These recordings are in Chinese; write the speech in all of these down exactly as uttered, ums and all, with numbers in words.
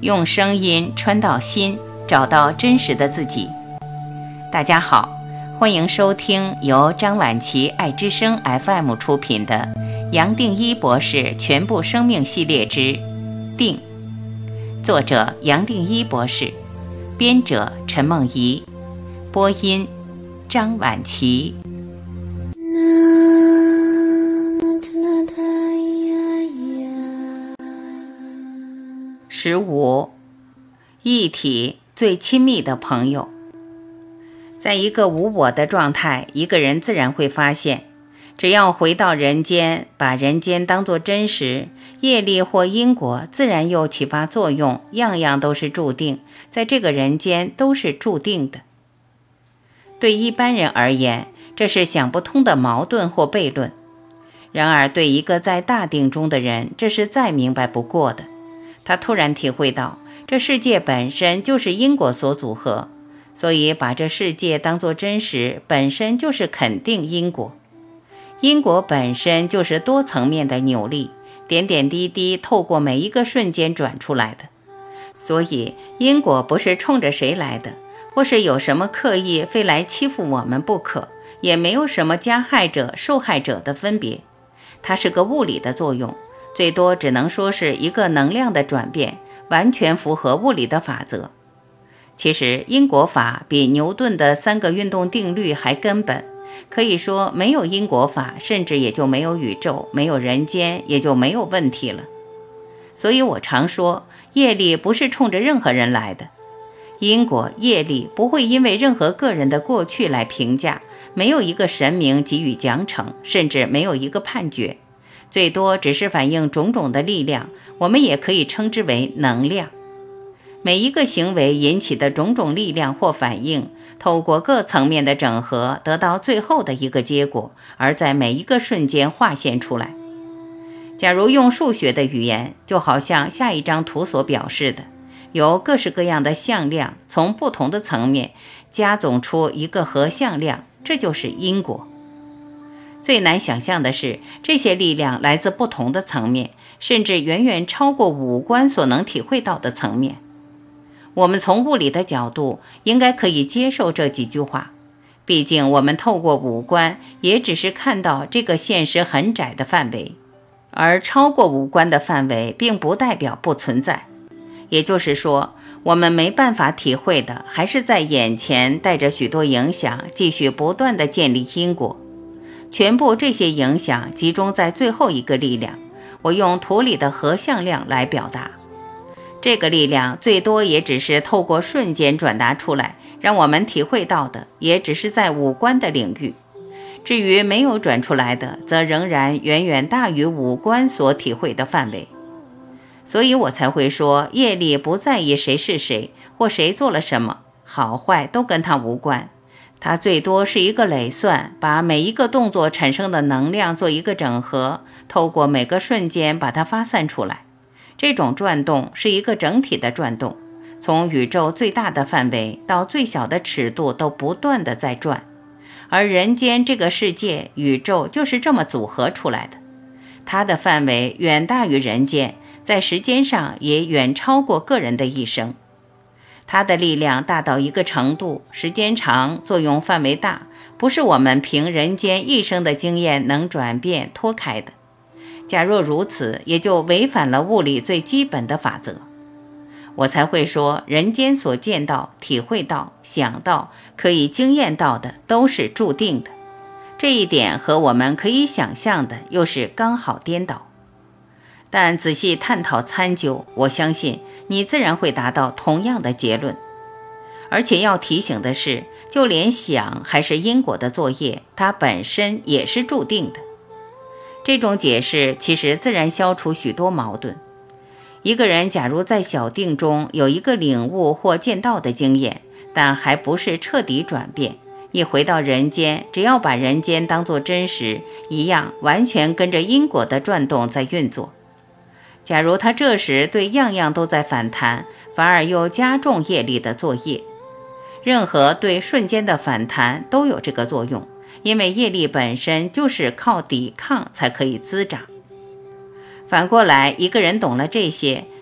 用声音穿到心，找到真实的自己。大家好，欢迎收听由张晚琪爱之声 F M 出品的杨定一博士全部生命系列之定，作者杨定一博士，编者陈梦怡，播音张晚琪。十五，一体最亲密的朋友。在一个无我的状态，一个人自然会发现，只要回到人间，把人间当作真实，业力或因果自然又起发作用，样样都是注定，在这个人间都是注定的。对一般人而言，这是想不通的矛盾或悖论。然而对一个在大定中的人，这是再明白不过的。他突然体会到，这世界本身就是因果所组合，所以把这世界当作真实，本身就是肯定因果。因果本身就是多层面的扭力，点点滴滴透过每一个瞬间转出来的。所以因果不是冲着谁来的，或是有什么刻意非来欺负我们不可，也没有什么加害者受害者的分别。它是个物理的作用，最多只能说是一个能量的转变，完全符合物理的法则。其实因果法比牛顿的三个运动定律还根本，可以说没有因果法，甚至也就没有宇宙，没有人间，也就没有问题了。所以我常说，业力不是冲着任何人来的，因果业力不会因为任何个人的过去来评价，没有一个神明给予奖惩，甚至没有一个判决，最多只是反映种种的力量，我们也可以称之为能量。每一个行为引起的种种力量或反应，透过各层面的整合，得到最后的一个结果，而在每一个瞬间化现出来。假如用数学的语言，就好像下一张图所表示的，由各式各样的向量从不同的层面加总出一个合向量，这就是因果。最难想象的是，这些力量来自不同的层面，甚至远远超过五官所能体会到的层面。我们从物理的角度应该可以接受这几句话，毕竟我们透过五官也只是看到这个现实很窄的范围，而超过五官的范围并不代表不存在。也就是说，我们没办法体会的，还是在眼前带着许多影响，继续不断地建立因果。全部这些影响集中在最后一个力量，我用图里的合向量来表达。这个力量最多也只是透过瞬间转达出来，让我们体会到的也只是在五官的领域。至于没有转出来的，则仍然远远大于五官所体会的范围。所以我才会说，业力不在意谁是谁，或谁做了什么，好坏都跟它无关。它最多是一个累算，把每一个动作产生的能量做一个整合，透过每个瞬间把它发散出来。这种转动是一个整体的转动，从宇宙最大的范围到最小的尺度都不断的在转。而人间这个世界，宇宙就是这么组合出来的，它的范围远大于人间，在时间上也远超过个人的一生。它的力量大到一个程度，时间长，作用范围大，不是我们凭人间一生的经验能转变脱开的。假若如此，也就违反了物理最基本的法则。我才会说，人间所见到、体会到、想到、可以经验到的都是注定的。这一点和我们可以想象的又是刚好颠倒。但仔细探讨参究，我相信你自然会达到同样的结论。而且要提醒的是，就连想还是因果的作业，它本身也是注定的。这种解释其实自然消除许多矛盾。一个人假如在小定中有一个领悟或见到的经验，但还不是彻底转变，一回到人间，只要把人间当作真实，一样完全跟着因果的转动在运作。假如他这时对样样都在反弹，反而又加重业力的作业。任何对瞬间的反弹都有这个作用，因为业力本身就是靠抵抗才可以滋长。反过来，一个人懂了这些，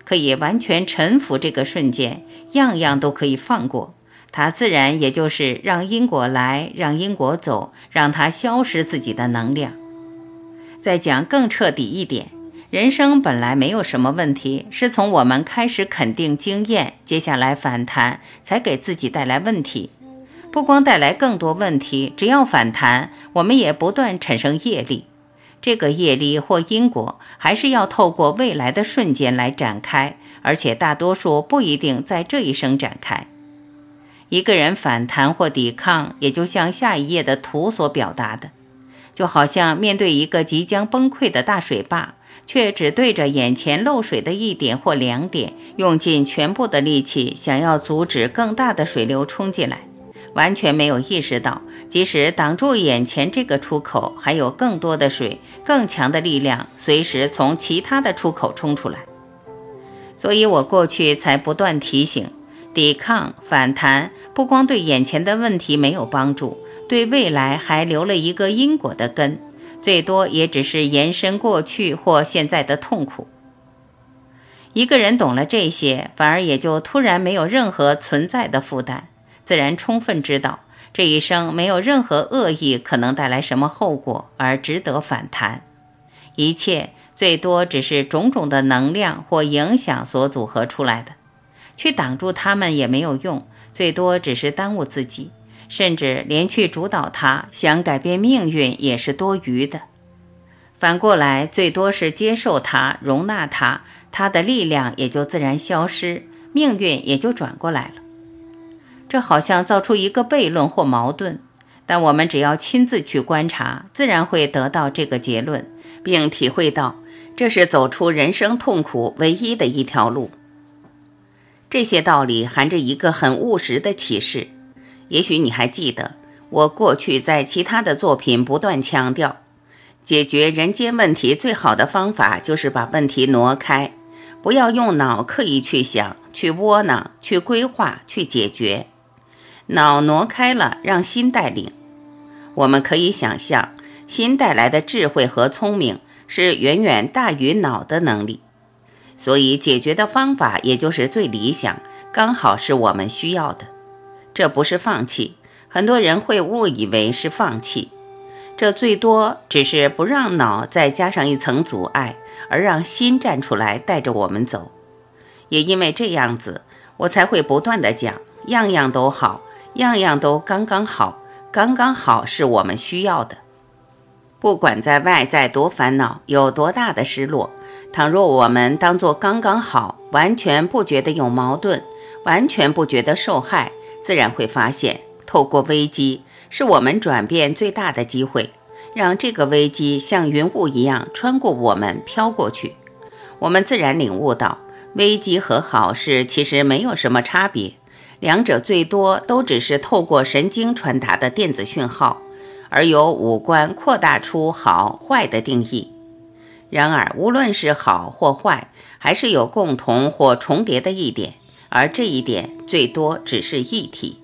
可以完全臣服这个瞬间，样样都可以放过，它自然也就是让因果来，让因果走，让它消失自己的能量。再讲更彻底一点，人生本来没有什么问题，是从我们开始肯定经验，接下来反弹，才给自己带来问题。不光带来更多问题，只要反弹，我们也不断产生业力。这个业力或因果还是要透过未来的瞬间来展开，而且大多数不一定在这一生展开。一个人反弹或抵抗，也就像下一页的图所表达的，就好像面对一个即将崩溃的大水坝，却只对着眼前漏水的一点或两点，用尽全部的力气想要阻止更大的水流冲进来，完全没有意识到，即使挡住眼前这个出口，还有更多的水，更强的力量随时从其他的出口冲出来。所以我过去才不断提醒，抵抗、反弹不光对眼前的问题没有帮助，对未来还留了一个因果的根，最多也只是延伸过去或现在的痛苦。一个人懂了这些，反而也就突然没有任何存在的负担，自然充分知道这一生没有任何恶意可能带来什么后果而值得反弹，一切最多只是种种的能量或影响所组合出来的，去挡住它们也没有用，最多只是耽误自己，甚至连去主导它，想改变命运也是多余的。反过来，最多是接受它，容纳它，它的力量也就自然消失，命运也就转过来了。这好像造出一个悖论或矛盾，但我们只要亲自去观察，自然会得到这个结论，并体会到这是走出人生痛苦唯一的一条路。这些道理含着一个很务实的启示。也许你还记得，我过去在其他的作品不断强调，解决人间问题最好的方法就是把问题挪开，不要用脑刻意去想，去窝囊，去规划，去解决。脑挪开了，让心带领。我们可以想象，心带来的智慧和聪明是远远大于脑的能力，所以解决的方法也就是最理想，刚好是我们需要的。这不是放弃，很多人会误以为是放弃，这最多只是不让脑再加上一层阻碍，而让心站出来带着我们走。也因为这样子，我才会不断地讲，样样都好，样样都刚刚好，刚刚好是我们需要的。不管在外在多烦恼，有多大的失落，倘若我们当作刚刚好，完全不觉得有矛盾，完全不觉得受害，自然会发现，透过危机，是我们转变最大的机会，让这个危机像云雾一样穿过我们飘过去。我们自然领悟到，危机和好事其实没有什么差别，两者最多都只是透过神经传达的电子讯号，而由五官扩大出好坏的定义。然而无论是好或坏，还是有共同或重叠的一点，而这一点最多只是一体。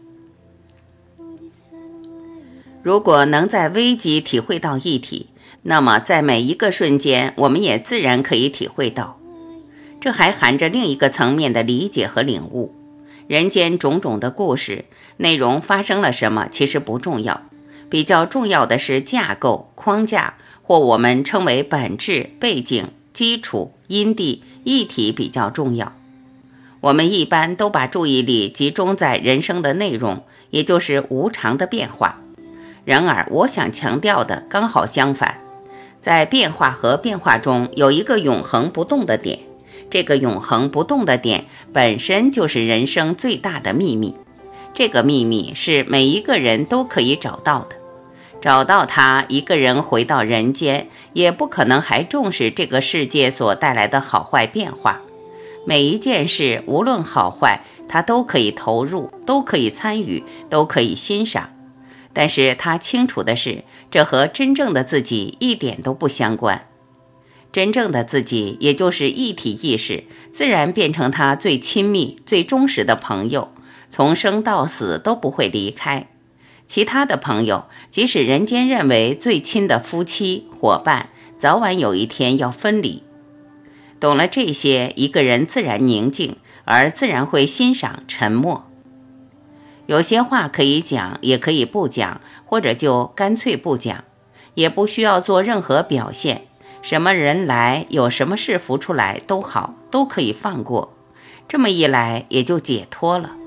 如果能在危机体会到一体，那么在每一个瞬间，我们也自然可以体会到。这还含着另一个层面的理解和领悟。人间种种的故事，内容发生了什么其实不重要，比较重要的是架构、框架，或我们称为本质、背景、基础、因地、议题比较重要。我们一般都把注意力集中在人生的内容，也就是无常的变化。然而我想强调的刚好相反，在变化和变化中有一个永恒不动的点，这个永恒不动的点本身就是人生最大的秘密。这个秘密是每一个人都可以找到的，找到它，一个人回到人间也不可能还重视这个世界所带来的好坏变化。每一件事无论好坏，他都可以投入，都可以参与，都可以欣赏。但是他清楚的是，这和真正的自己一点都不相关。真正的自己，也就是一体意识，自然变成他最亲密、最忠实的朋友，从生到死都不会离开。其他的朋友，即使人间认为最亲的夫妻、伙伴，早晚有一天要分离。 懂了这些，一个人自然宁静，而自然会欣赏沉默。有些话可以讲，也可以不讲，或者就干脆不讲，也不需要做任何表现。什么人来，有什么事浮出来都好，都可以放过。这么一来，也就解脱了。